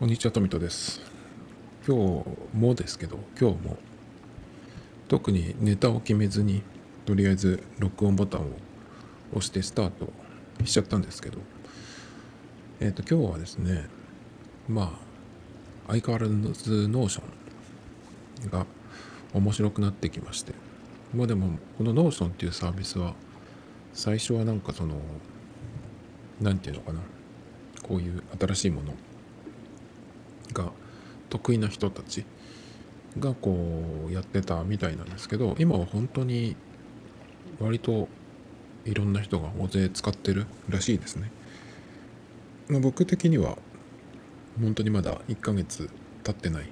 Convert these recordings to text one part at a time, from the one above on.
こんにちは、トミトです。今日もですけど、今日も特にネタを決めずに、とりあえず録音ボタンを押してスタートしちゃったんですけど、今日はですね、相変わらずノーションが面白くなってきまして、でも、このノーションっていうサービスは、最初はなんていうのかな、こういう新しいものが得意な人たちがこうやってたみたいなんですけど、今は本当に割といろんな人が大勢使ってるらしいですね。僕的には本当にまだ1ヶ月経ってない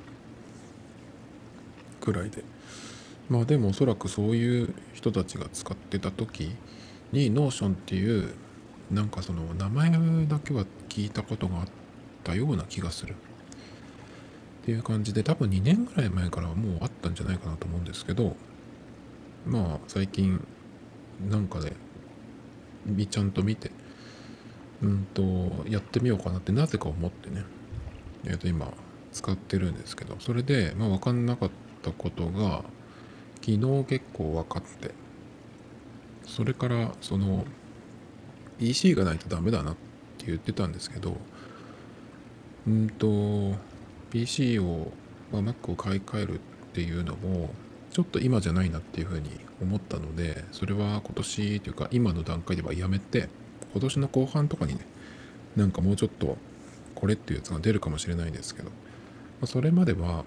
くらいで、でもおそらくそういう人たちが使ってた時にノーションっていうその名前だけは聞いたことがあったような気がするっていう感じで、多分2年ぐらい前からはもうあったんじゃないかなと思うんですけど、最近なんかでちゃんと見てやってみようかなってなぜか思ってね、今使ってるんですけど、それで分かんなかったことが昨日結構分かって、それからその PC がないとダメだなって言ってたんですけど、PC を、Mac を買い替えるっていうのもちょっと今じゃないなっていうふうに思ったので、それは今年というか今の段階ではやめて、今年の後半とかにね、もうちょっとこれっていうやつが出るかもしれないですけど、それまでは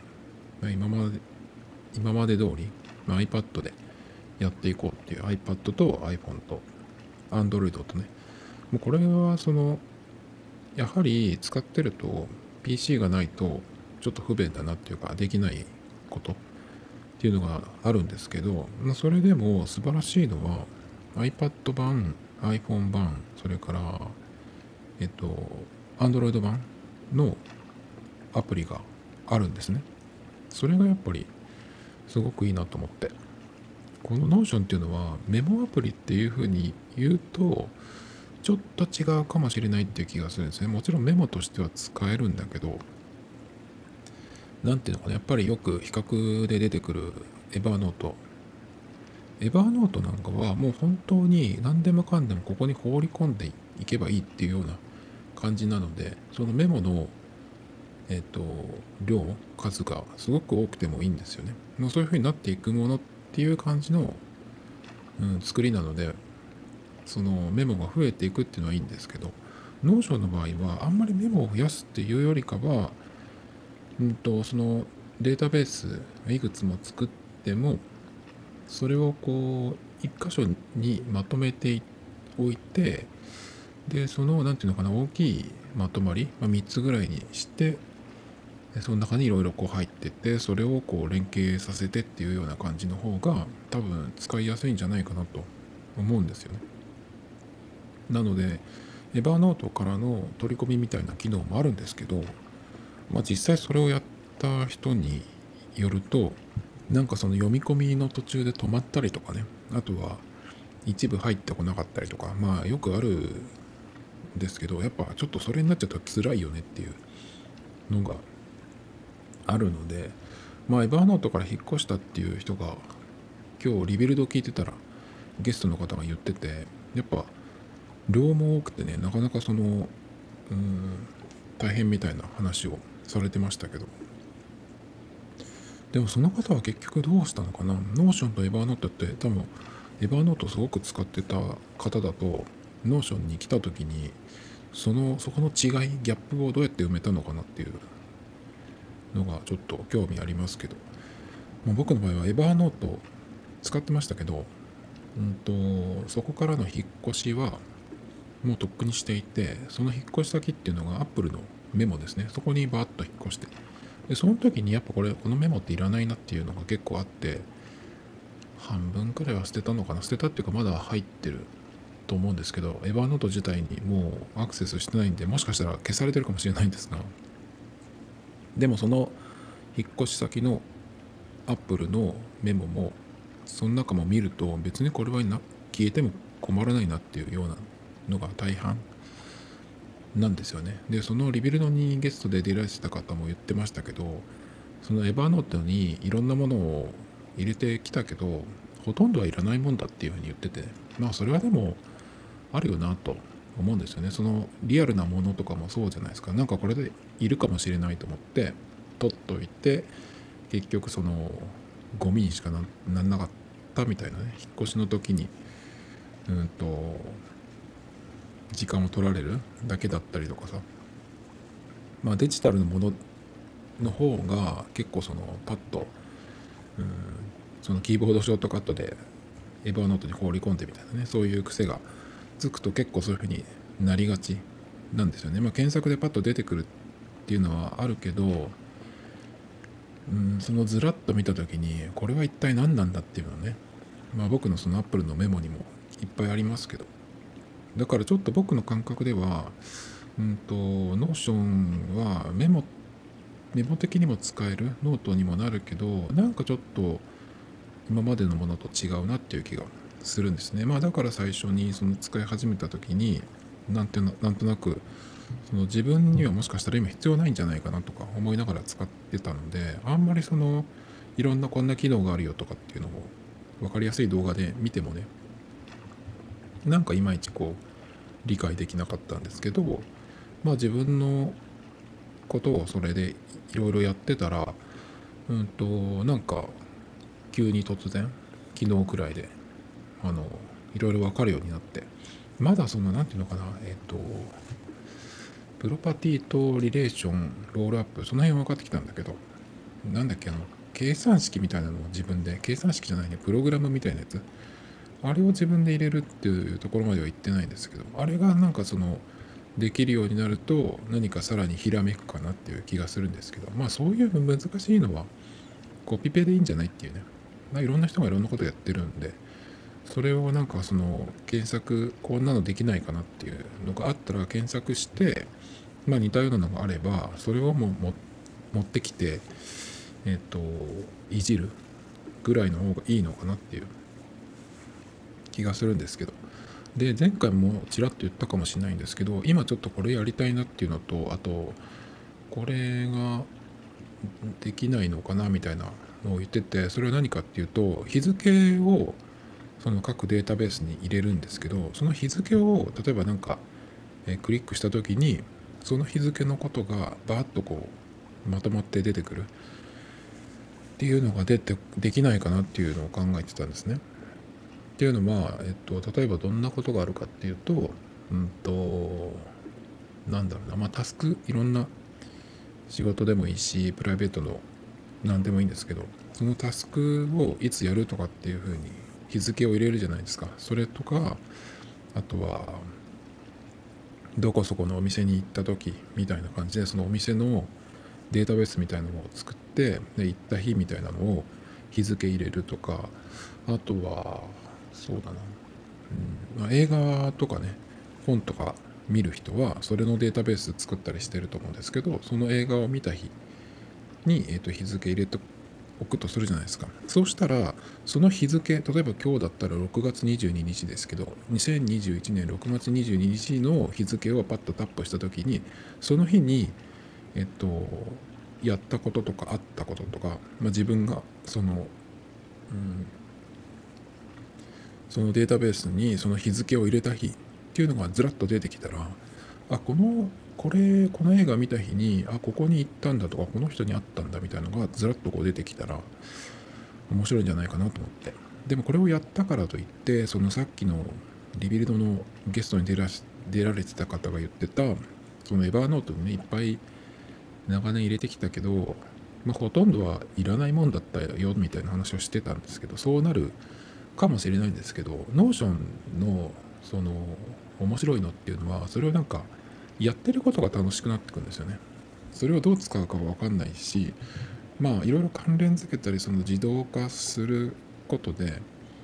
今まで通り、iPad でやっていこうっていう、 iPad と iPhone と Android とね、もうこれはやはり使ってると PC がないとちょっと不便だなっていうか、できないことっていうのがあるんですけど、それでも素晴らしいのは iPad 版、iPhone 版、それからAndroid 版のアプリがあるんですね。それがやっぱりすごくいいなと思って、この Notion っていうのはメモアプリっていう風に言うとちょっと違うかもしれないっていう気がするんですね。もちろんメモとしては使えるんだけど、なんていうのかな、やっぱりよく比較で出てくるエバーノート。エバーノートなんかはもう本当に何でもかんでもここに放り込んでいけばいいっていうような感じなので、そのメモの量、数がすごく多くてもいいんですよね。そういう風になっていくものっていう感じの、作りなので、そのメモが増えていくっていうのはいいんですけど、ノーションの場合はあんまりメモを増やすっていうよりかは、そのデータベースいくつも作っても、それをこう一箇所にまとめておいて、でそのなんていうのかな、大きいまとまり、3つぐらいにして、その中にいろいろこう入ってって、それをこう連携させてっていうような感じの方が多分使いやすいんじゃないかなと思うんですよね。なのでエバーノートからの取り込みみたいな機能もあるんですけど、実際それをやった人によると、その読み込みの途中で止まったりとかね、あとは一部入ってこなかったりとか、よくあるんですけど、やっぱちょっとそれになっちゃうと辛いよねっていうのがあるので、エバーノートから引っ越したっていう人が今日リビルド聞いてたらゲストの方が言ってて、やっぱ量も多くてね、なかなか大変みたいな話をされてましたけど、でもその方は結局どうしたのかな。ノーションとエバーノートって多分エバーノートをすごく使ってた方だと、ノーションに来た時にそこの違い、ギャップをどうやって埋めたのかなっていうのがちょっと興味ありますけど、僕の場合はエバーノート使ってましたけど、そこからの引っ越しはもうとっくにしていて、その引っ越し先っていうのが Apple のメモですね。そこにバーッと引っ越して、でその時にやっぱこのメモっていらないなっていうのが結構あって、半分くらいは捨てたのかな。捨てたっていうかまだ入ってると思うんですけど、エヴァーノート自体にもうアクセスしてないんで、もしかしたら消されてるかもしれないんですが、でもその引っ越し先の Apple のメモもその中も見ると、別にこれは消えても困らないなっていうようなのが大半なんですよね。でそのリビルドにゲストで出らした方も言ってましたけど、そのエバーノートにいろんなものを入れてきたけどほとんどはいらないもんだっていうふうに言ってて、まあそれはでもあるよなと思うんですよね。そのリアルなものとかもそうじゃないですか。なんかこれでいるかもしれないと思って取っといて、結局そのゴミにしかなんなかったみたいなね。引っ越しの時にうんと時間を取られるだけだったりとかさ、まあデジタルのものの方が結構そのパッと、うん、そのキーボードショートカットでエバーノートに放り込んでみたいなね、そういう癖がつくと結構そういう風になりがちなんですよね。まあ検索でパッと出てくるっていうのはあるけど、そのずらっと見た時にこれは一体何なんだっていうのはね、まあ僕のそのアップルのメモにもいっぱいありますけど、だからちょっと僕の感覚ではノーションはメモ的にも使えるノートにもなるけど、なんかちょっと今までのものと違うなっていう気がするんですね。まあだから最初にその使い始めた時になんとなくその自分にはもしかしたら今必要ないんじゃないかなとか思いながら使ってたので、あんまりそのいろんなこんな機能があるよとかっていうのを分かりやすい動画で見てもね、なんかいまいちこう理解できなかったんですけど、まあ自分のことをそれでいろいろやってたら、なんか急に突然昨日くらいでいろいろ分かるようになって、まだそのなんていうのかな、プロパティとリレーションロールアップその辺は分かってきたんだけど、なんだっけ計算式みたいなのを自分で、計算式じゃないね、プログラムみたいなやつ、あれを自分で入れるっていうところまでは言ってないんですけど、あれがなんかそのできるようになると何かさらにひらめくかなっていう気がするんですけど、まあそういう難しいのはコピペでいいんじゃないっていうね、まあ、いろんな人がいろんなことやってるんで、それをなんかその検索こんなのできないかなっていうのがあったら検索して、まあ似たようなのがあればそれを持ってきていじるぐらいの方がいいのかなっていう気がするんですけど、で前回もちらっと言ったかもしれないんですけど、今ちょっとこれやりたいなっていうのと、あとこれができないのかなみたいなのを言ってて、それは何かっていうと、日付をその各データベースに入れるんですけど、その日付を例えばなんかクリックした時にその日付のことがバーッとこうまとまって出てくるっていうのができないかなっていうのを考えてたんですね。っていうのは、例えばどんなことがあるかっていうと、なんだろうな、まあタスク、いろんな仕事でもいいしプライベートの何でもいいんですけど、そのタスクをいつやるとかっていうふうに日付を入れるじゃないですか。それとか、あとはどこそこのお店に行った時みたいな感じで、そのお店のデータベースみたいなのを作って、で行った日みたいなのを日付入れるとか、あとはそうだな、まあ、映画とかね本とか見る人はそれのデータベース作ったりしてると思うんですけど、その映画を見た日に、日付入れておくとするじゃないですか。そうしたらその日付、例えば今日だったら6月22日ですけど、2021年6月22日の日付をパッとタップした時に、その日にえっとやったこととかあったこととか、まあ、自分がそのデータベースにその日付を入れた日っていうのがずらっと出てきたら、あこの映画見た日にここに行ったんだとかこの人に会ったんだみたいなのがずらっとこう出てきたら面白いんじゃないかなと思って。でもこれをやったからといってそのさっきのリビルドのゲストに出られてた方が言ってたそのエバーノートにねいっぱい長年入れてきたけど、まあ、ほとんどはいらないもんだったよみたいな話をしてたんですけど、そうなるかもしれないんですけど、ノーションのその面白いのっていうのはそれをなんかやってることが楽しくなってくるんですよね。それをどう使うかは分かんないし、まあいろいろ関連づけたりその自動化することで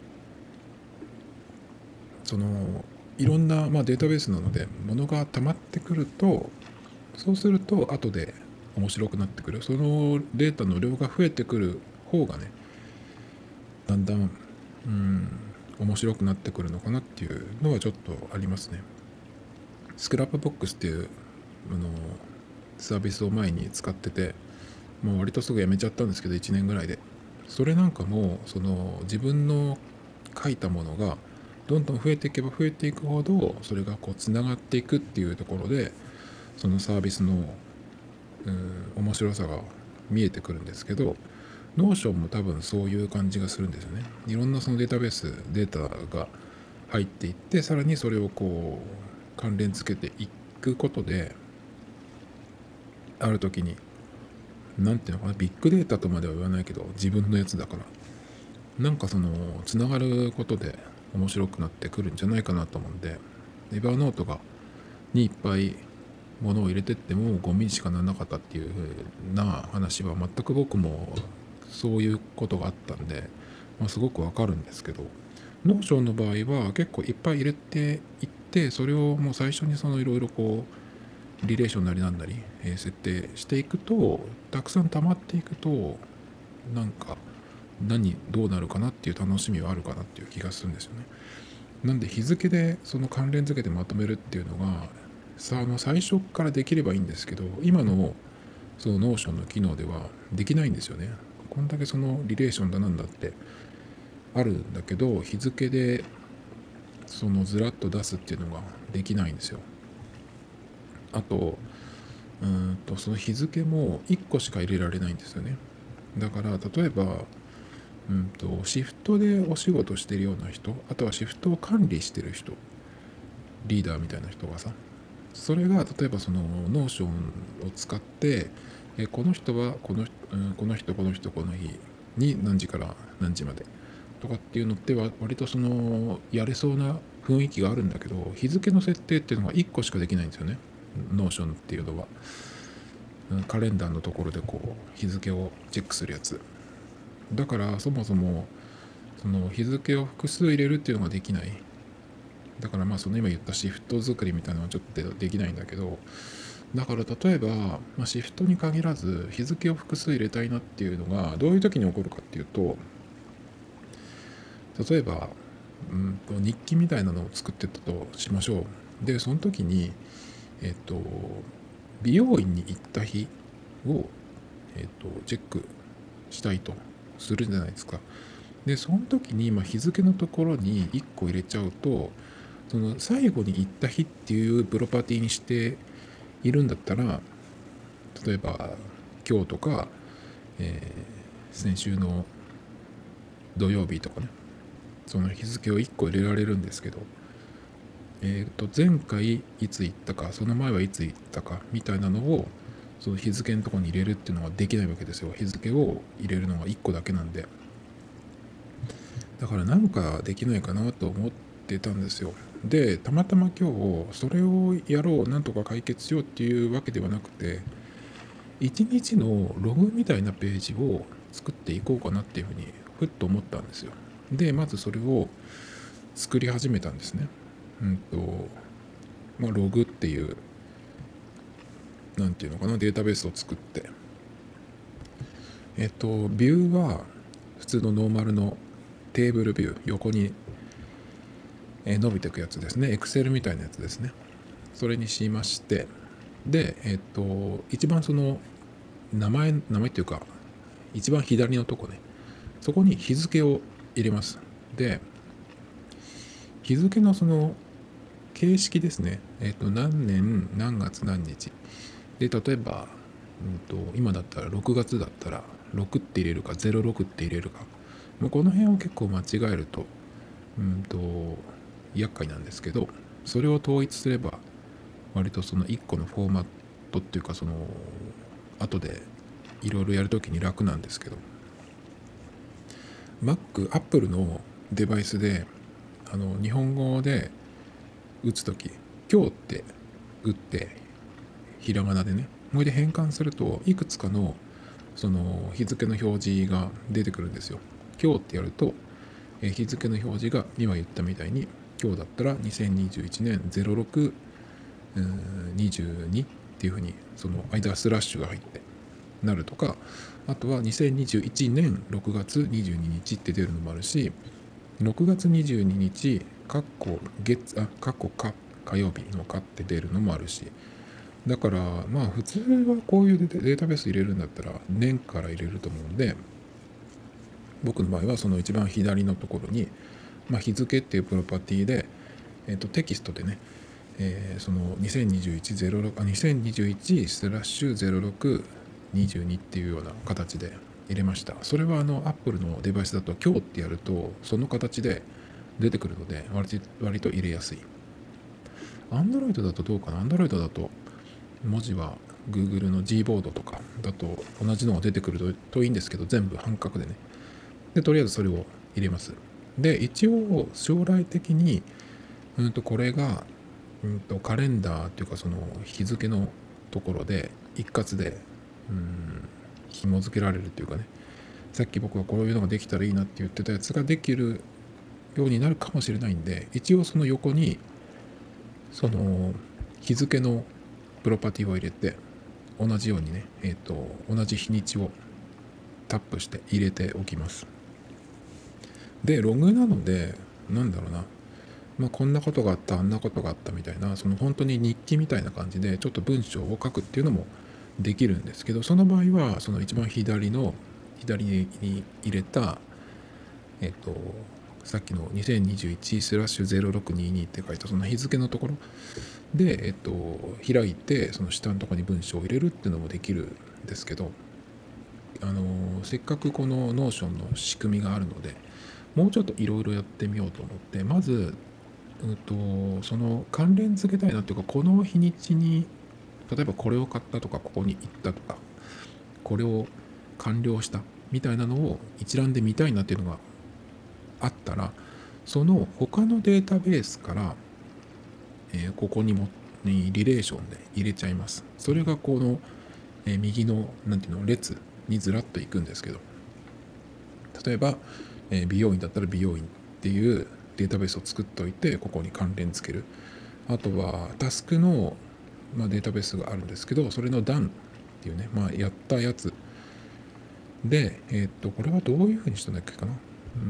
そのいろんな、まあ、データベースなので物が溜まってくると、そうすると後で面白くなってくる、そのデータの量が増えてくる方がねだんだん面白くなってくるのかなっていうのはちょっとありますね。 スクラップボックスっていうサービスを前に使ってて、もう割とすぐやめちゃったんですけど、1年ぐらいで。それなんかもその自分の書いたものがどんどん増えていけば増えていくほど、それがこうつながっていくっていうところで、そのサービスの面白さが見えてくるんですけど、ノーションも多分そういう感じがするんですよね。いろんなそのデータベースデータが入っていって、さらにそれをこう関連付けていくことで、ある時になんていうのかな、ビッグデータとまでは言わないけど、自分のやつだからなんかそのつながることで面白くなってくるんじゃないかなと思うんで、エバーノートにいっぱい物を入れてってもゴミにしかならなかったっていう風な話は全く僕もそういうことがあったんで、すごくわかるんですけど、ノーションの場合は結構いっぱい入れていって、それをもう最初にそのいろいろこうリレーションなりなんなり、設定していくと、たくさん溜まっていくと、なんかどうなるかなっていう楽しみはあるかなっていう気がするんですよね。なんで日付でその関連付けてまとめるっていうのが最初からできればいいんですけど、今のそのノーションの機能ではできないんですよね。こんだけそのリレーションだなんだってあるんだけど、日付でそのずらっと出すっていうのができないんですよ。あとその日付も1個しか入れられないんですよね。だから例えばシフトでお仕事してるような人、あとはシフトを管理してる人、リーダーみたいな人がさ、それが例えばそのノーションを使って、この人はこの人この人この日に何時から何時までとかっていうのっては割とそのやれそうな雰囲気があるんだけど、日付の設定っていうのが1個しかできないんですよね、ノーションっていうのは。カレンダーのところでこう日付をチェックするやつだから、そもそもその日付を複数入れるっていうのができない。だからその今言ったシフト作りみたいなのはちょっとできないんだけど、だから例えば、シフトに限らず日付を複数入れたいなっていうのがどういう時に起こるかっていうと、例えば日記みたいなのを作ってたとしましょう。でその時に美容院に行った日を、チェックしたいとするじゃないですか。でその時に日付のところに1個入れちゃうと、その最後に行った日っていうプロパティにしているんだったら、例えば今日とか、先週の土曜日とかね、その日付を1個入れられるんですけど、前回いつ行ったか、その前はいつ行ったかみたいなのをその日付のところに入れるっていうのはできないわけですよ。日付を入れるのが1個だけなんで。だからなんかできないかなと思ってたんですよ。でたまたま今日それをやろう、なんとか解決しようっていうわけではなくて、1日のログみたいなページを作っていこうかなっていうふうにふっと思ったんですよ。でまずそれを作り始めたんですね。ログっていうなんていうのかな、データベースを作って、ビューは普通のノーマルのテーブルビュー、横に伸びていくやつですね。Excel みたいなやつですね。それにしまして、で、一番その名前っていうか、一番左のとこね、そこに日付を入れます。で、日付のその形式ですね。何年何月何日で、例えば、今だったら6月だったら6って入れるか06って入れるか、もうこの辺を結構間違えると厄介なんですけど、それを統一すれば割とその1個のフォーマットっていうか、その後でいろいろやるときに楽なんですけど、Apple のデバイスで日本語で打つとき、今日って打ってひらがなでね、これで変換するといくつかのその日付の表示が出てくるんですよ。今日ってやると、日付の表示が今言ったみたいに、今日だったら2021年0622っていうふうにその間スラッシュが入ってなるとか、あとは2021年6月22日って出るのもあるし、6月22日かっこ月かっこか火曜日のかって出るのもあるし、だからまあ普通はこういうデータベース入れるんだったら年から入れると思うんで、僕の場合はその一番左のところに、日付っていうプロパティで、テキストでね、その2021スラッシュ0622っていうような形で入れました。それはApple のデバイスだと今日ってやるとその形で出てくるので割と入れやすい。Android だとどうかな。 Android だと文字は Google の Gboard とかだと同じのが出てくるといいんですけど、全部半角でね。でとりあえずそれを入れます。で一応将来的にこれがカレンダーっていうかその日付のところで一括で紐付けられるっていうかね、さっき僕がこういうのができたらいいなって言ってたやつができるようになるかもしれないんで、一応その横にその日付のプロパティを入れて同じようにね、同じ日にちをタップして入れておきます。でログなのでこんなことがあったあんなことがあったみたいな、その本当に日記みたいな感じでちょっと文章を書くっていうのもできるんですけど、その場合はその一番左に入れたさっきの2021スラッシュ0622って書いたその日付のところで、開いてその下のところに文章を入れるっていうのもできるんですけど、せっかくこのノーションの仕組みがあるので、もうちょっといろいろやってみようと思って、まずその関連付けたいなっていうか、この日にちに例えばこれを買ったとかここに行ったとかこれを完了したみたいなのを一覧で見たいなっていうのがあったら、その他のデータベースから、ここにリレーションで入れちゃいます。それがこの、右の列にずらっといくんですけど、例えば、美容院だったら美容院っていうデータベースを作っておいてここに関連付ける。あとはタスクの、データベースがあるんですけど、それの done っていうね、やったやつで、これはどういうふうにしたんだっけかな。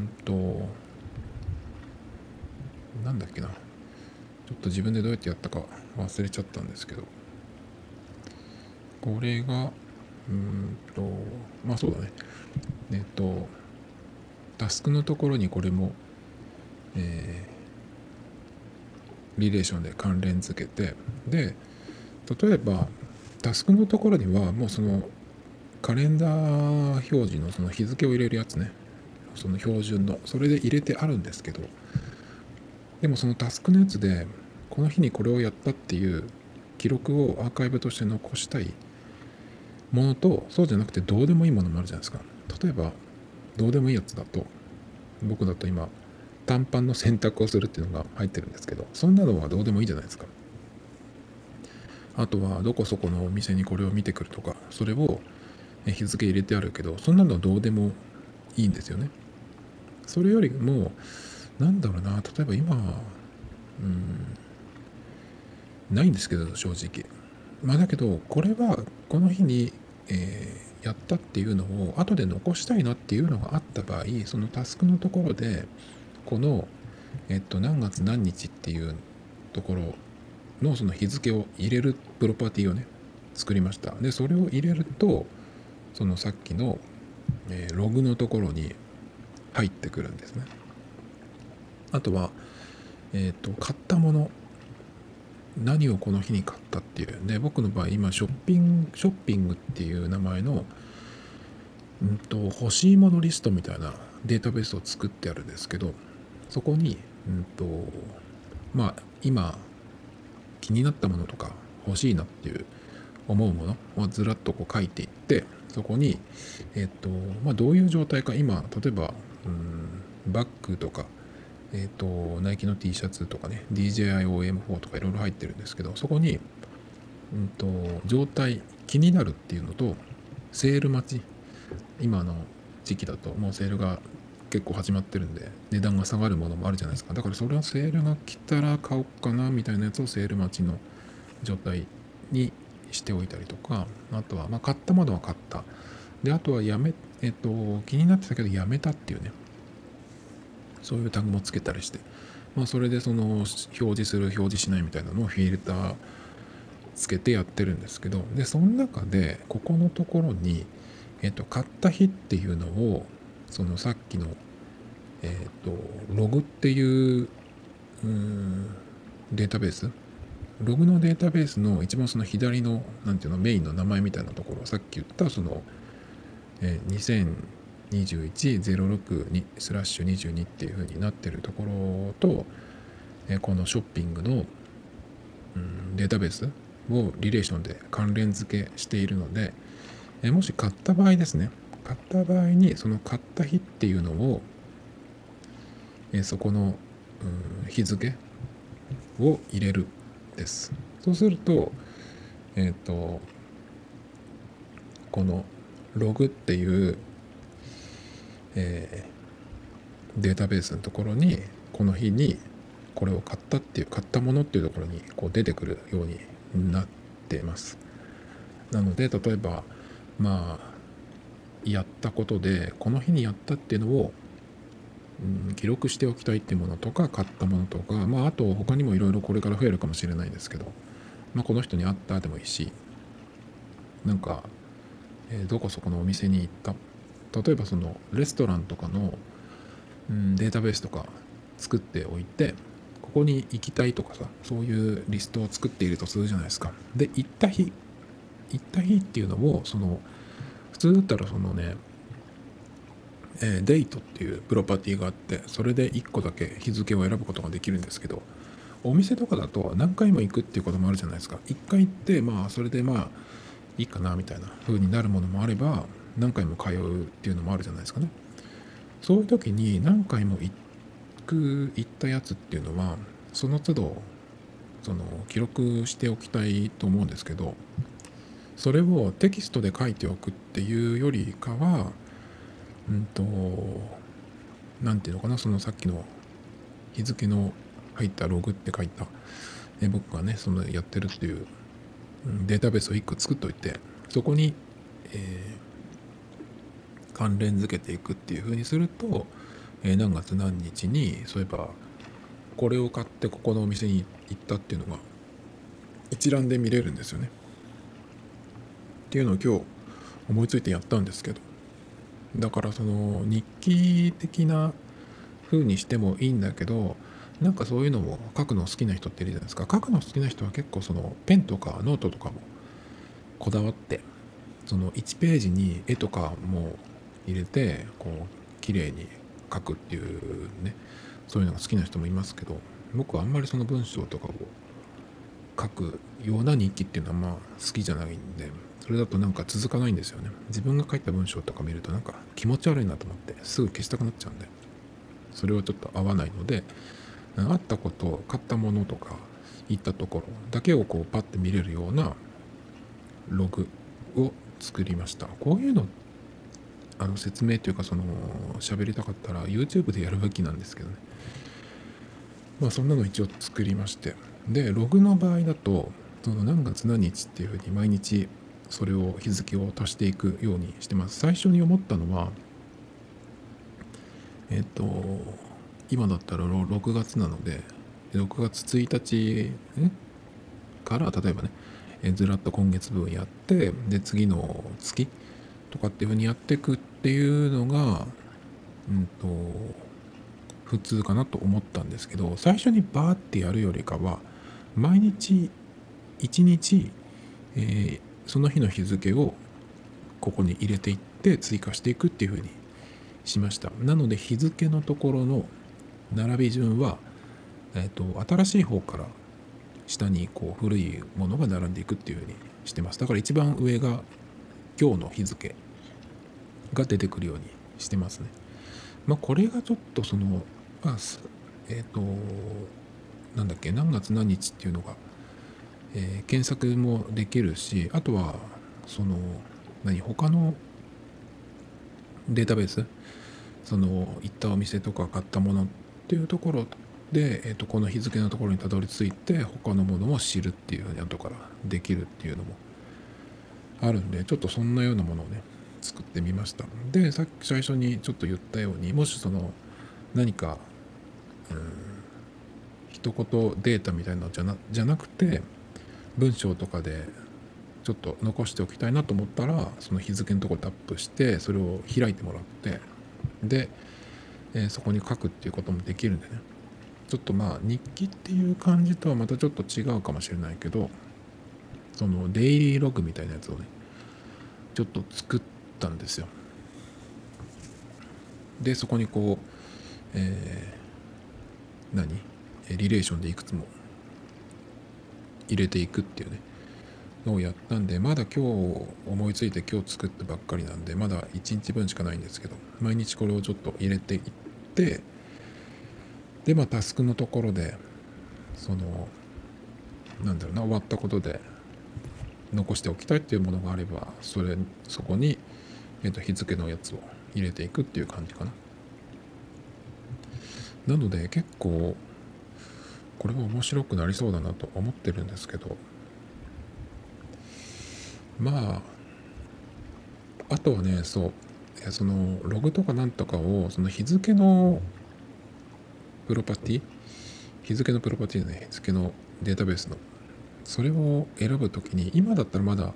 なんだっけな。ちょっと自分でどうやってやったか忘れちゃったんですけど、これがそうだね。タスクのところにこれも、リレーションで関連付けて、で例えばタスクのところにはもうそのカレンダー表示のその日付を入れるやつね、その標準のそれで入れてあるんですけど、でもそのタスクのやつでこの日にこれをやったっていう記録をアーカイブとして残したいものと、そうじゃなくてどうでもいいものもあるじゃないですか。例えばどうでもいいやつだと、僕だと今短パンの洗濯をするっていうのが入ってるんですけど、そんなのはどうでもいいじゃないですか。あとはどこそこのお店にこれを見てくるとか、それを日付入れてあるけど、そんなのはどうでもいいんですよね。それよりも例えば今ないんですけど正直、だけどこれはこの日に、やったっていうのを後で残したいなっていうのがあった場合、そのタスクのところでこの何月何日っていうところのその日付を入れるプロパティをね作りました。でそれを入れるとそのさっきの、ログのところに入ってくるんですね。あとは、買ったもの、何をこの日に買ったっていう。で僕の場合今ショッピングっていう名前の、欲しいものリストみたいなデータベースを作ってあるんですけど、そこに、今気になったものとか欲しいなっていう思うものをずらっとこう書いていって、そこに、どういう状態か、今例えばバッグとか、ナイキの T シャツとかね DJIOM4 とかいろいろ入ってるんですけど、そこに、状態気になるっていうのとセール待ち、今の時期だともうセールが結構始まってるんで値段が下がるものもあるじゃないですか。だからそれはセールが来たら買おうかなみたいなやつをセール待ちの状態にしておいたりとか、あとは買ったものは買った、であとは気になってたけどやめたっていうね、 そういうタグもつけたりして、それでその表示する表示しないみたいなのをフィルターつけてやってるんですけど、でその中でここのところに、買った日っていうのをそのさっきの、ログっていうデータベース、ログのデータベースの一番その左のなんていうのメインの名前みたいなところ、さっき言ったその、2021-06-22っていう風になってるところと、このショッピングの、データベースをリレーションで関連付けしているので、もし買った場合ですね、買った場合にその買った日っていうのを、そこの、日付を入れるです。そうすると、このログっていう、データベースのところにこの日にこれを買ったものっていうところにこう出てくるようになっています。なので例えばやったことでこの日にやったっていうのを、記録しておきたいっていうものとか買ったものとか、あと他にもいろいろこれから増えるかもしれないですけど、この人に会ったでもいいし、なんか、どこそこのお店に行った、例えばそのレストランとかの、データベースとか作っておいて、ここに行きたいとかさ、そういうリストを作っているとするじゃないですか。で行った日っていうのをその普通だったらそのね、デートっていうプロパティがあって、それで1個だけ日付を選ぶことができるんですけど、お店とかだと何回も行くっていうこともあるじゃないですか。1回行ってそれでいいかなみたいな風になるものもあれば、何回も通うっていうのもあるじゃないですかね。そういう時に何回も行ったやつっていうのはその都度その記録しておきたいと思うんですけど、それをテキストで書いておくっていうよりかは、なんていうのかな、そのさっきの日付の入ったログって書いた、僕がねそのやってるっていうデータベースを1個作っといて、そこに、関連付けていくっていう風にすると、何月何日にそういえばこれを買ってここのお店に行ったっていうのが一覧で見れるんですよね。っていうのを今日思いついてやったんですけど、だからその日記的な風にしてもいいんだけど、なんかそういうのも書くの好きな人っているじゃないですか。書くの好きな人は結構そのペンとかノートとかもこだわって、その1ページに絵とかも入れてこう綺麗に書くっていうね、そういうのが好きな人もいますけど、僕はあんまりその文章とかを書くような日記っていうのは好きじゃないんで、それだとなんか続かないんですよね。自分が書いた文章とか見るとなんか気持ち悪いなと思ってすぐ消したくなっちゃうんで、それはちょっと合わないので、あったこと、買ったものとか行ったところだけをこうパッて見れるようなログを作りました。こういうの説明というかその喋りたかったら YouTube でやるべきなんですけどね。そんなの一応作りまして、でログの場合だとその何月何日っていうふうに毎日それを日付を足していくようにしてます。最初に思ったのは今だったら6月なので6月1日から例えばね、ずらっと今月分やって、で次の月とかっていうふうにやっていくっていうのが普通かなと思ったんですけど、最初にバーってやるよりかは毎日1日、その日の日付をここに入れていって追加していくっていうふうにしました。なので日付のところの並び順は、新しい方から下にこう古いものが並んでいくっていうふうにしてます。だから一番上が今日の日付が出てくるようにしてますね。これがちょっとそのなんだっけ、何月何日っていうのが、検索もできるし、あとはその他のデータベース、その行ったお店とか買ったものっていうところで、この日付のところにたどり着いて他のものを知るっていうふうに後からできるっていうのもあるんで、ちょっとそんなようなものをね作ってみました。でさっき最初にちょっと言ったように、もしその何か一言データみたいなのじゃなくて、文章とかでちょっと残しておきたいなと思ったら、その日付のところタップしてそれを開いてもらって、で、そこに書くっていうこともできるんでね、ちょっとまあ日記っていう感じとはまたちょっと違うかもしれないけど、そのデイリーログみたいなやつをねちょっと作ったんですよ。でそこにこう、リレーションでいくつも入れていくっていうねのをやったんで、まだ今日思いついて今日作ったばっかりなんで、まだ1日分しかないんですけど、毎日これをちょっと入れていって、でタスクのところでその終わったことで残しておきたいっていうものがあれば、そこに、日付のやつを入れていくっていう感じかな。なので結構これは面白くなりそうだなと思ってるんですけど、あとはね、そのログとかなんとかをその日付のプロパティ日付のプロパティね、日付のデータベースのそれを選ぶときに、今だったらまだ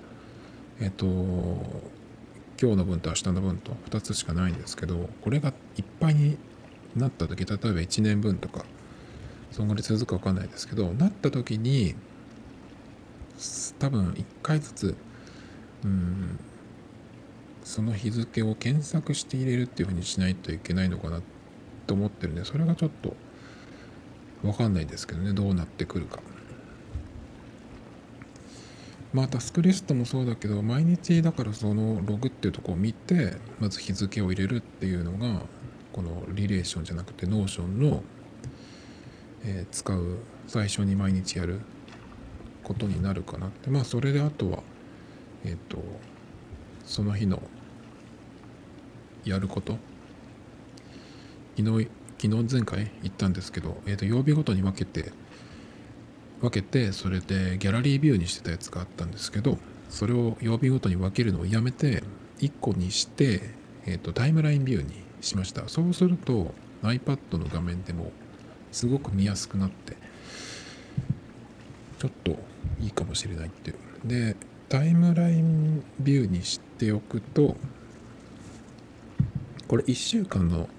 今日の分と明日の分と2つしかないんですけど、これがいっぱいになった時、例えば1年分とかそんぐらい続くか分かんないですけど、なった時に多分1回ずつその日付を検索して入れるっていう風にしないといけないのかなと思ってるんで、それがちょっと分かんないですけどね、どうなってくるか。タスクリストもそうだけど、毎日だからそのログっていうところを見て、まず日付を入れるっていうのがこのリレーションじゃなくてノーションの、使う最初に毎日やることになるかなって。それであとはその日のやること、昨日前回言ったんですけど、曜日ごとに分けてそれでギャラリービューにしてたやつがあったんですけど、それを曜日ごとに分けるのをやめて1個にして、タイムラインビューにしました。そうすると iPad の画面でもすごく見やすくなって、ちょっといいかもしれないっていう。でタイムラインビューにしておくと、これ1週間の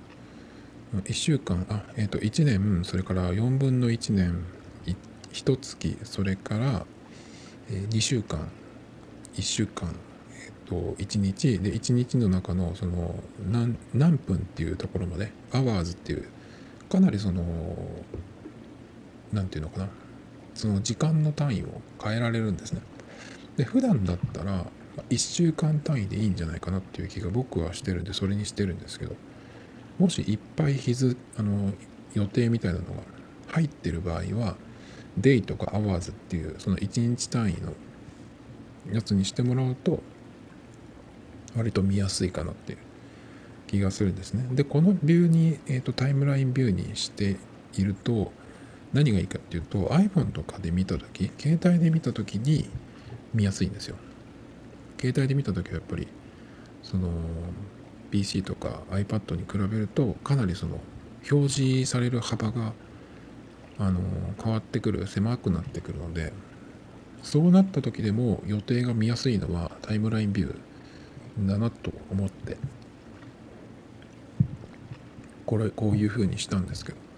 1年、それから4分の1年、1月、それから2週間、1週間、1日で、1日の中のその何分っていうところまで、アワーズっていう、かなりそのなんていうのかな、その時間の単位を変えられるんですね。で普段だったら1週間単位でいいんじゃないかなっていう気が僕はしてるんで、それにしてるんですけど、もしいっぱい予定みたいなのが入ってる場合は、デイとかアワーズっていうその1日単位のやつにしてもらうと割と見やすいかなっていう気がするんですね。でこのビューに、タイムラインビューにしていると何がいいかっていうと、 iPhone とかで見た時、携帯で見た時に見やすいんですよ。携帯で見た時はやっぱりその PC とか iPad に比べるとかなりその表示される幅が変わってくる、狭くなってくるので、そうなった時でも予定が見やすいのはタイムラインビューだなと思って、こういう風にしたんですけど、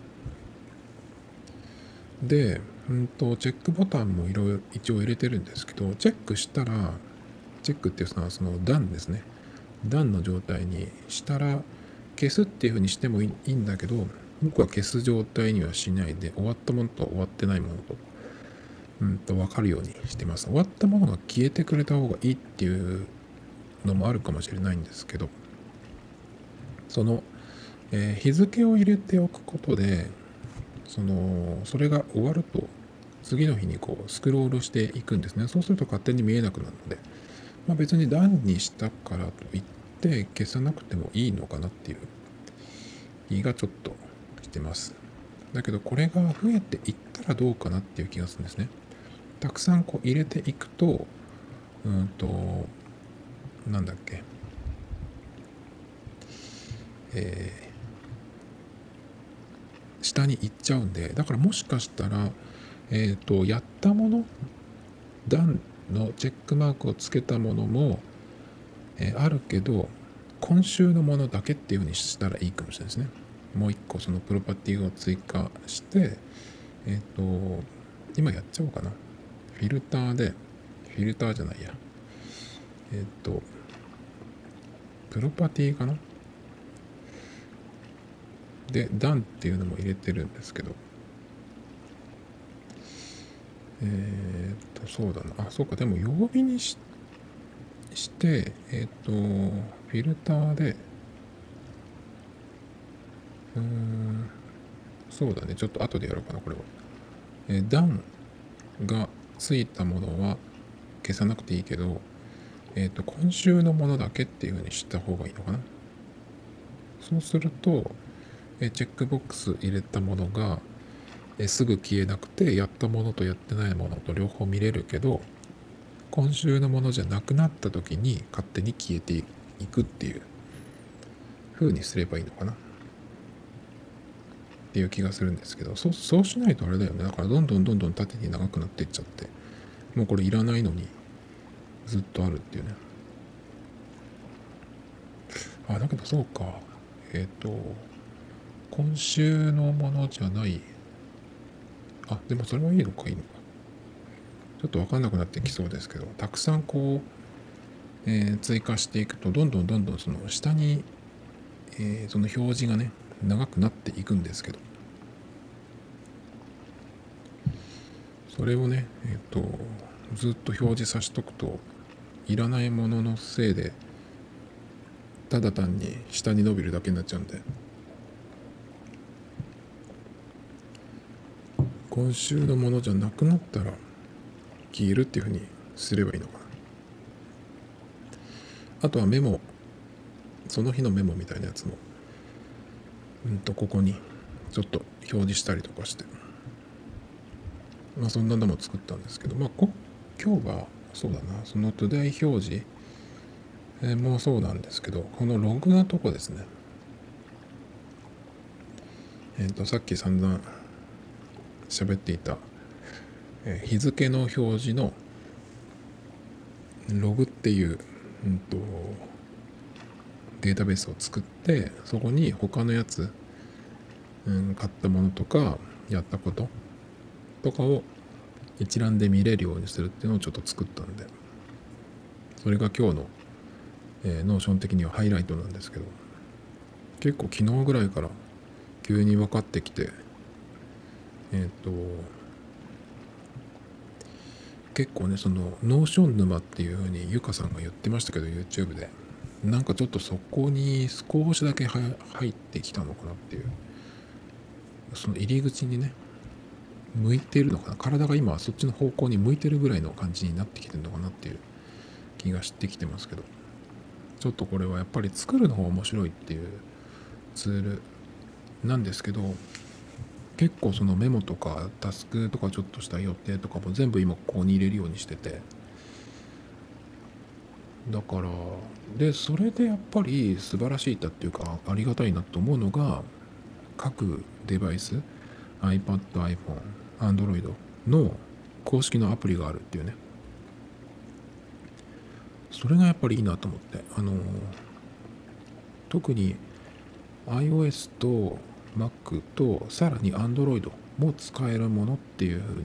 でチェックボタンも一応入れてるんですけど、チェックっていうのはその段ですね。段の状態にしたら消すっていう風にしてもいいんだけど、僕は消す状態にはしないで、終わったものと終わってないものと分かるようにしてます。終わったものが消えてくれた方がいいっていうのもあるかもしれないんですけど、その、日付を入れておくことで、それが終わると次の日にこうスクロールしていくんですね。そうすると勝手に見えなくなるので、別に段にしたからといって消さなくてもいいのかなっていう気がちょっとしてます。だけどこれが増えていったらどうかなっていう気がするんですね。たくさんこう入れていくと、なんだっけ、 下に行っちゃうんで、だからもしかしたら、やったもの、done のチェックマークをつけたものも、あるけど、今週のものだけっていうふうにしたらいいかもしれないですね。もう一個そのプロパティを追加して、今やっちゃおうかな。フィルターじゃないや。プロパティかな。で、done っていうのも入れてるんですけど、そうだな。あ、そうか。でも曜日にして、フィルターで、そうだね。ちょっと後でやろうかな、これは。done がついたものは消さなくていいけど、今週のものだけっていうふうにした方がいいのかな。そうすると、チェックボックス入れたものが、すぐ消えなくて、やったものとやってないものと両方見れるけど、今週のものじゃなくなった時に勝手に消えていくっていう風にすればいいのかなっていう気がするんですけど、そうしないとあれだよね。だからどんどん縦に長くなっていっちゃって、もうこれいらないのにずっとあるっていうね。だけどそうか。今週のものじゃない。でもそれはいいのか。ちょっと分かんなくなってきそうですけど、たくさんこう、追加していくと、どんどんその下に、その表示がね、長くなっていくんですけど、それをね、ずっと表示させとくと、いらないもののせいで、ただ単に下に伸びるだけになっちゃうんで、今週のものじゃなくなったら消えるっていうふうにすればいいのかな。あとはメモ、その日のメモみたいなやつも、ここにちょっと表示したりとかして、そんなのも作ったんですけど、今日はそうだな、その Today 表示もそうなんですけど、このログのとこですね。さっき散々喋っていた、日付の表示のログっていう、データベースを作って、そこに他のやつ、買ったものとかやったこととかを一覧で見れるようにするっていうのをちょっと作ったんで、それが今日の、ノーション的にはハイライトなんですけど、結構昨日ぐらいから急に分かってきて、結構ね、そのノーション沼っていう風にゆかさんが言ってましたけど、 YouTube でなんかちょっとそこに少しだけ入ってきたのかなっていう、その入り口にね向いているのかな、体が今そっちの方向に向いてるぐらいの感じになってきてるのかなっていう気がしてきてますけど、ちょっとこれはやっぱり作るの方が面白いっていうツールなんですけど、結構そのメモとかタスクとかちょっとした予定とかも全部今ここに入れるようにしてて、だからでそれでやっぱり素晴らしいだっていうかありがたいなと思うのが、各デバイス iPad、iPhone、Android の公式のアプリがあるっていうね、それがやっぱりいいなと思って、特に iOS と Mac とさらに Android も使えるものっていう風に、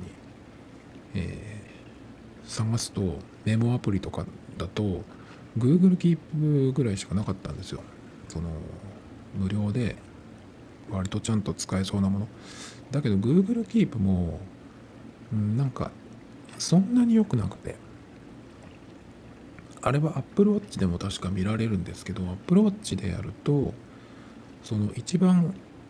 探すとメモアプリとかだと Google Keep ぐらいしかなかったんですよ。その無料で割とちゃんと使えそうなものだけど、 Google Keep も、なんかそんなに良くなくて、あれは Apple Watch でも確か見られるんですけど、 Apple Watch でやるとその一番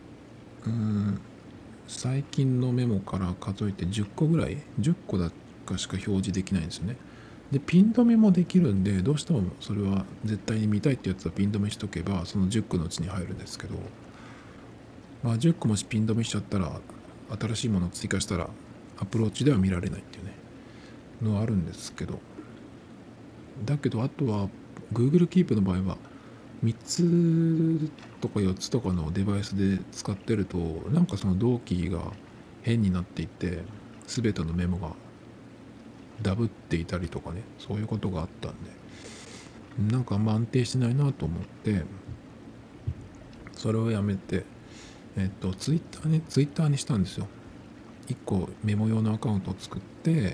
最近のメモから数えて10個ぐらい、10個だかしか表示できないんですよね。でピン止めもできるんで、どうしてもそれは絶対に見たいってやつはピン止めしとけばその10個のうちに入るんですけど、10個もしピン止めしちゃったら新しいものを追加したらアプローチでは見られないっていうねのはあるんですけど、だけどあとは Google Keep の場合は 3つとか4つとかのデバイスで使ってるとなんかその同期が変になっていて全てのメモがダブっていたりとかね、そういうことがあったんで、なんかあんま安定しないなと思ってそれをやめて、ツイッターにしたんですよ。1個メモ用のアカウントを作って、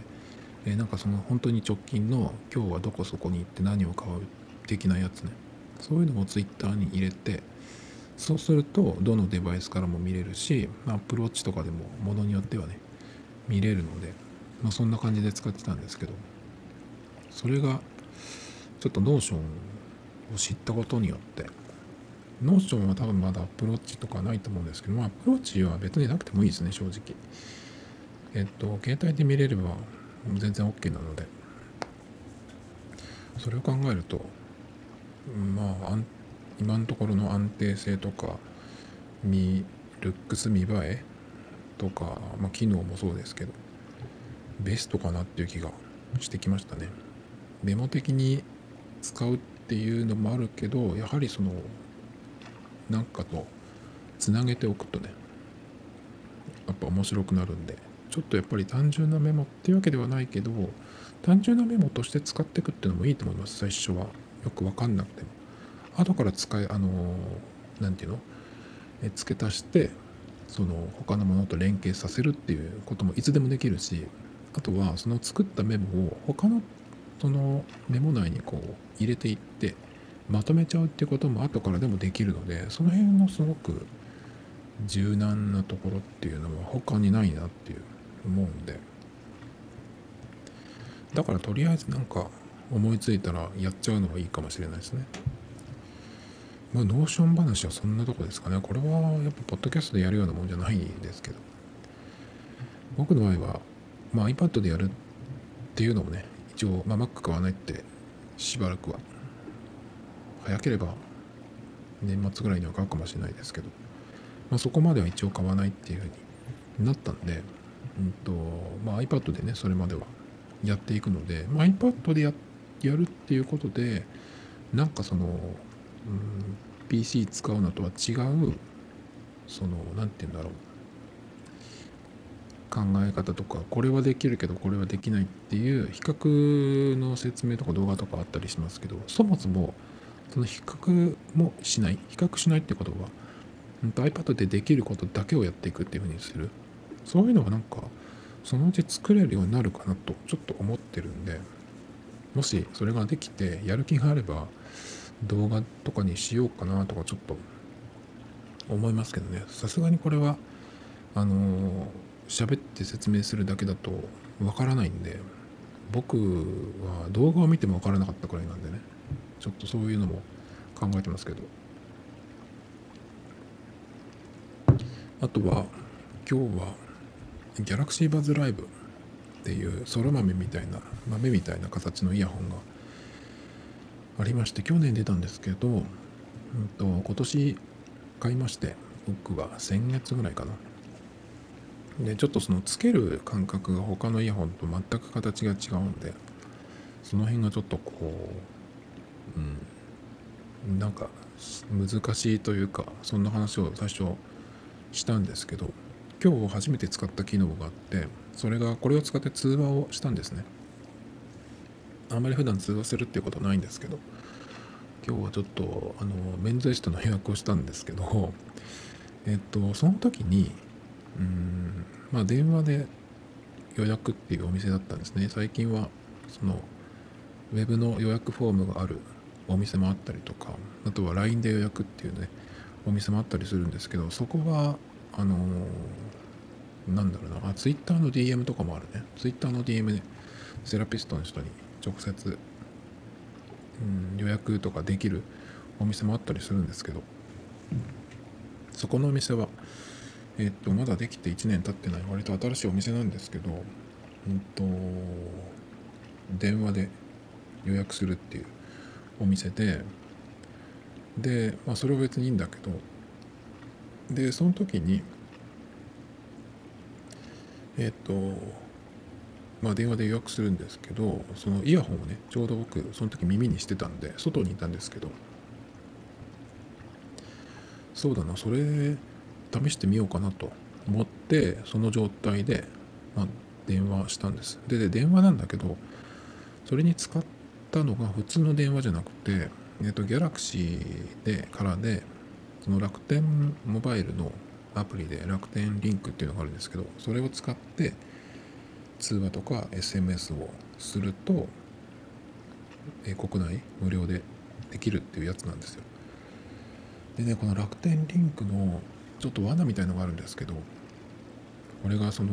なんかその本当に直近の今日はどこそこに行って何を買う的なやつね、そういうのをツイッターに入れて、そうするとどのデバイスからも見れるし、アップルウォッチとかでもものによってはね見れるので、そんな感じで使ってたんですけど、それがちょっとノーションを知ったことによって、ノーションは多分まだアップルウォッチとかないと思うんですけど、アップルウォッチは別になくてもいいですね、正直。携帯で見れれば全然 OK なので、それを考えると、今のところの安定性とか、ルックス見栄えとか、機能もそうですけど、ベストかなっていう気がしてきましたね。メモ的に使うっていうのもあるけど、やはりそのなんかとつなげておくとね、やっぱ面白くなるんで、ちょっとやっぱり単純なメモっていうわけではないけど、単純なメモとして使っていくっていうのもいいと思います。最初はよく分かんなくても後からなんていうの、付け足してその他のものと連携させるっていうこともいつでもできるし、あとはその作ったメモを他のそのメモ内にこう入れていってまとめちゃうっていうことも後からでもできるので、その辺のすごく柔軟なところっていうのは他にないなっていう思うんで、だからとりあえずなんか思いついたらやっちゃうのがいいかもしれないですね。ノーション話はそんなとこですかね。これはやっぱポッドキャストでやるようなもんじゃないですけど、僕の場合は、iPad でやるっていうのもね、一応、Mac 買わないってしばらくは、早ければ年末ぐらいには買うかもしれないですけど、そこまでは一応買わないっていうふうになったんで、iPad でね、それまではやっていくので、iPad でやるっていうことで、なんかその、PC 使うのとは違う、その、なんて言うんだろう、考え方とか、これはできるけどこれはできないっていう比較の説明とか動画とかあったりしますけど、そもそもその比較しないってことは、iPad でできることだけをやっていくっていうふうにする、そういうのがなんかそのうち作れるようになるかなとちょっと思ってるんで、もしそれができてやる気があれば動画とかにしようかなとかちょっと思いますけどね。さすがにこれは喋って説明するだけだとわからないんで、僕は動画を見てもわからなかったくらいなんでね、ちょっとそういうのも考えてますけど、あとは今日はギャラクシーバズライブっていう空豆みたいな豆みたいな形のイヤホンがありまして、去年出たんですけど、今年買いまして、僕は先月ぐらいかな。でちょっとそのつける感覚が他のイヤホンと全く形が違うんで、その辺がちょっとこう、なんか難しいというか、そんな話を最初したんですけど、今日初めて使った機能があって、それがこれを使って通話をしたんですね。あんまり普段通話するっていうことはないんですけど、今日はちょっと免税室の予約をしたんですけど、その時に電話で予約っていうお店だったんですね。最近はそのウェブの予約フォームがあるお店もあったりとか、あとは LINE で予約っていうねお店もあったりするんですけど、そこはなんだろうな、Twitter の DM とかもあるね。Twitter の DM でセラピストの人に直接、予約とかできるお店もあったりするんですけど、そこのお店はまだできて1年経ってない割と新しいお店なんですけど、電話で予約するっていうお店で、それは別にいいんだけど、でその時に電話で予約するんですけど、そのイヤホンをねちょうど僕その時耳にしてたんで外にいたんですけど、 そうだな、それ試してみようかなと思って、その状態で、電話したんです。で、電話なんだけど、それに使ったのが普通の電話じゃなくて、ギャラクシーで、その楽天モバイルのアプリで楽天リンクっていうのがあるんですけど、それを使って通話とか SMS をすると、国内無料でできるっていうやつなんですよ。でね、この楽天リンクのちょっと罠みたいのがあるんですけど、これがその、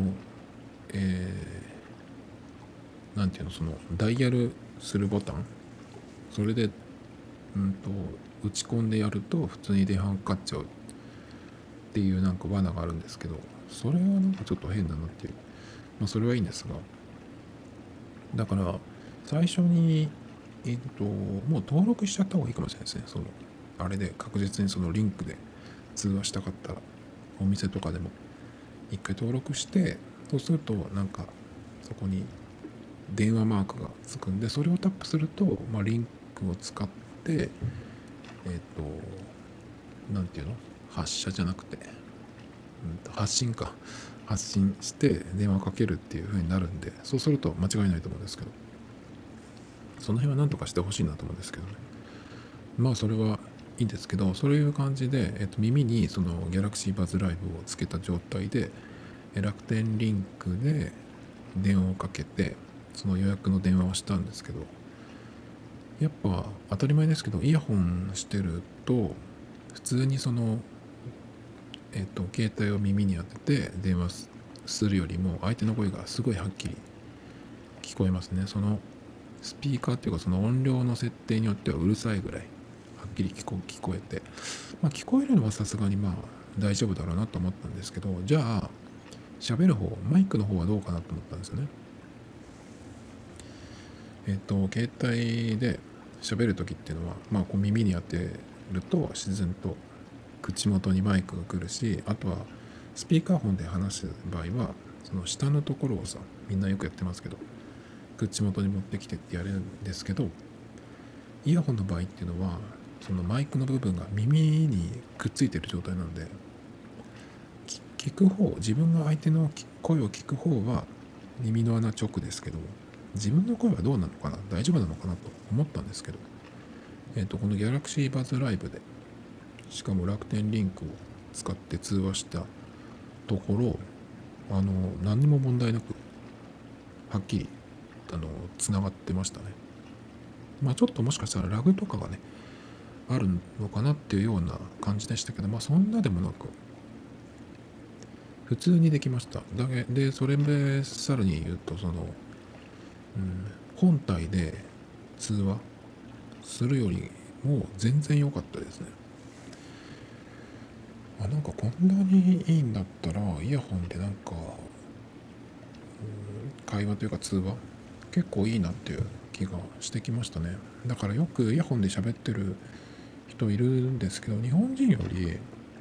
なんていうの、そのダイヤルするボタン、それで、打ち込んでやると普通に電話かかっちゃうっていうなんか罠があるんですけど、それはなんかちょっと変だなっていう。それはいいんですが、だから最初に、もう登録しちゃった方がいいかもしれないですね。そのあれで確実にそのリンクで通話したかったら、お店とかでも一回登録して、そうするとなんかそこに電話マークがつくんで、それをタップすると、リンクを使ってなんていうの、発射じゃなくて、発信して電話かけるっていう風になるんで、そうすると間違いないと思うんですけど、その辺は何とかしてほしいなと思うんですけどね。それはいいんですけど、そういう感じで、耳にそのギャラクシーバズライブをつけた状態で、楽天リンクで電話をかけて、その予約の電話をしたんですけど、やっぱ当たり前ですけど、イヤホンしてると普通にその携帯を耳に当てて電話するよりも相手の声がすごいはっきり聞こえますね。そのスピーカーっていうか、その音量の設定によってはうるさいぐらいはっきり聞こえて、聞こえるのはさすがに大丈夫だろうなと思ったんですけど、じゃあ喋る方、マイクの方はどうかなと思ったんですよね。携帯で喋る時っていうのは、こう耳に当てると自然と口元にマイクが来るし、あとはスピーカーフォンで話す場合はその下のところをさ、みんなよくやってますけど、口元に持ってきてってやれるんですけど、イヤホンの場合っていうのはそのマイクの部分が耳にくっついてる状態なんで、聞く方、自分が相手の声を聞く方は耳の穴直ですけど、自分の声はどうなのかな、大丈夫なのかなと思ったんですけど、このギャラクシーバズライブで、しかも楽天リンクを使って通話したところ、何にも問題なくはっきりつながってましたね。ちょっともしかしたらラグとかがねあるのかなっていうような感じでしたけど、そんなでもなく普通にできました。でそれでさらに言うと、その、本体で通話するよりも全然良かったですね。なんかこんなにいいんだったらイヤホンでなんか、会話というか通話結構いいなっていう気がしてきましたね。だからよくイヤホンで喋ってる人いるんですけど、日本人より、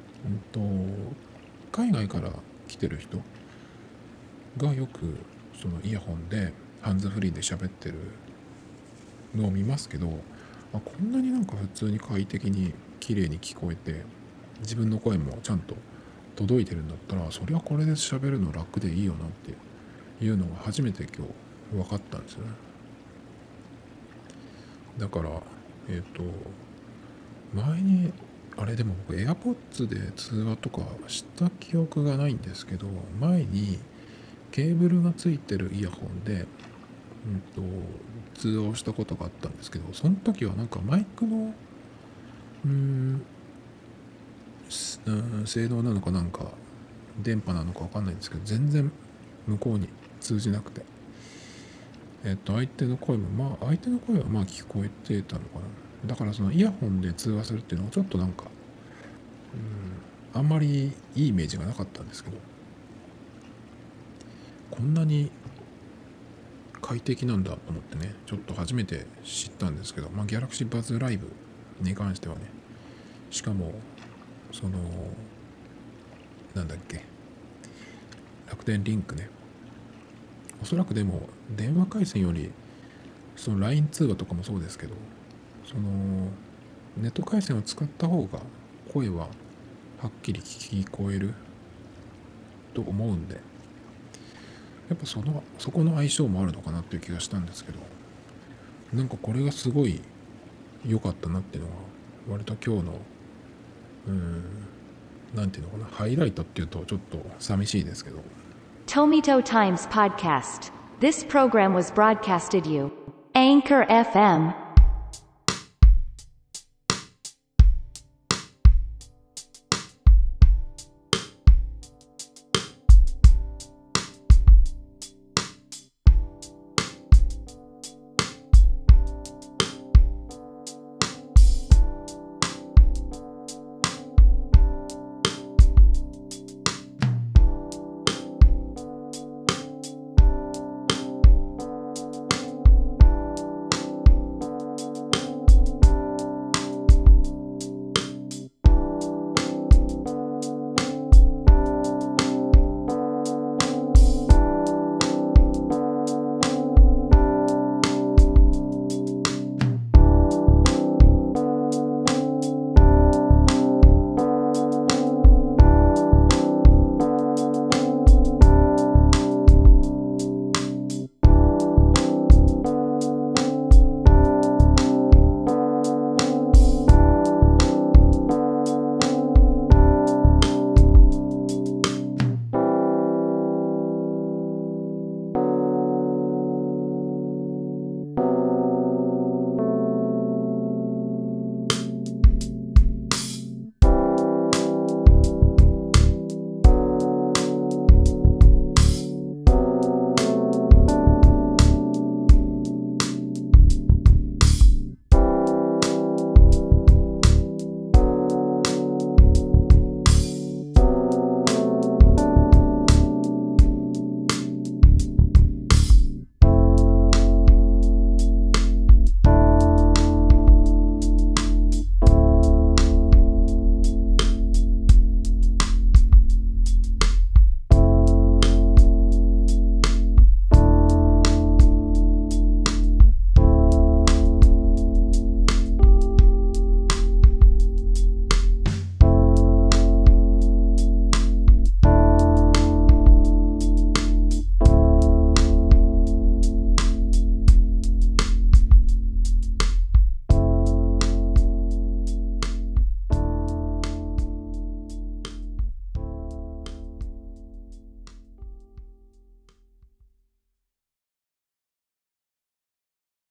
海外から来てる人がよくそのイヤホンでハンズフリーで喋ってるのを見ますけど、こんなになんか普通に快適に綺麗に聞こえて自分の声もちゃんと届いてるんだったら、そりゃこれで喋るの楽でいいよなっていうのが初めて今日分かったんですよね。だから前にあれでも僕 AirPods で通話とかした記憶がないんですけど、前にケーブルがついてるイヤホンで、通話をしたことがあったんですけど、その時はなんかマイクの性能なのかなんか電波なのか分かんないんですけど、全然向こうに通じなくて、相手の声は聞こえてたのかな。だからそのイヤホンで通話するっていうのはちょっとなんかあんまりいいイメージがなかったんですけど、こんなに快適なんだと思ってね、ちょっと初めて知ったんですけど、ギャラクシーバズライブに関してはね、しかもそのなんだっけ、楽天リンクね、おそらくでも電話回線よりその LINE 通話とかもそうですけど、そのネット回線を使った方が声ははっきり聞こえると思うんで、やっぱそこの相性もあるのかなっていう気がしたんですけど、なんかこれがすごい良かったなっていうのが割と今日のなんていうのかな、ハイライトっていうとちょっと寂しいですけど。 Tomito Times Podcast. This program was broadcasted you. Anchor FM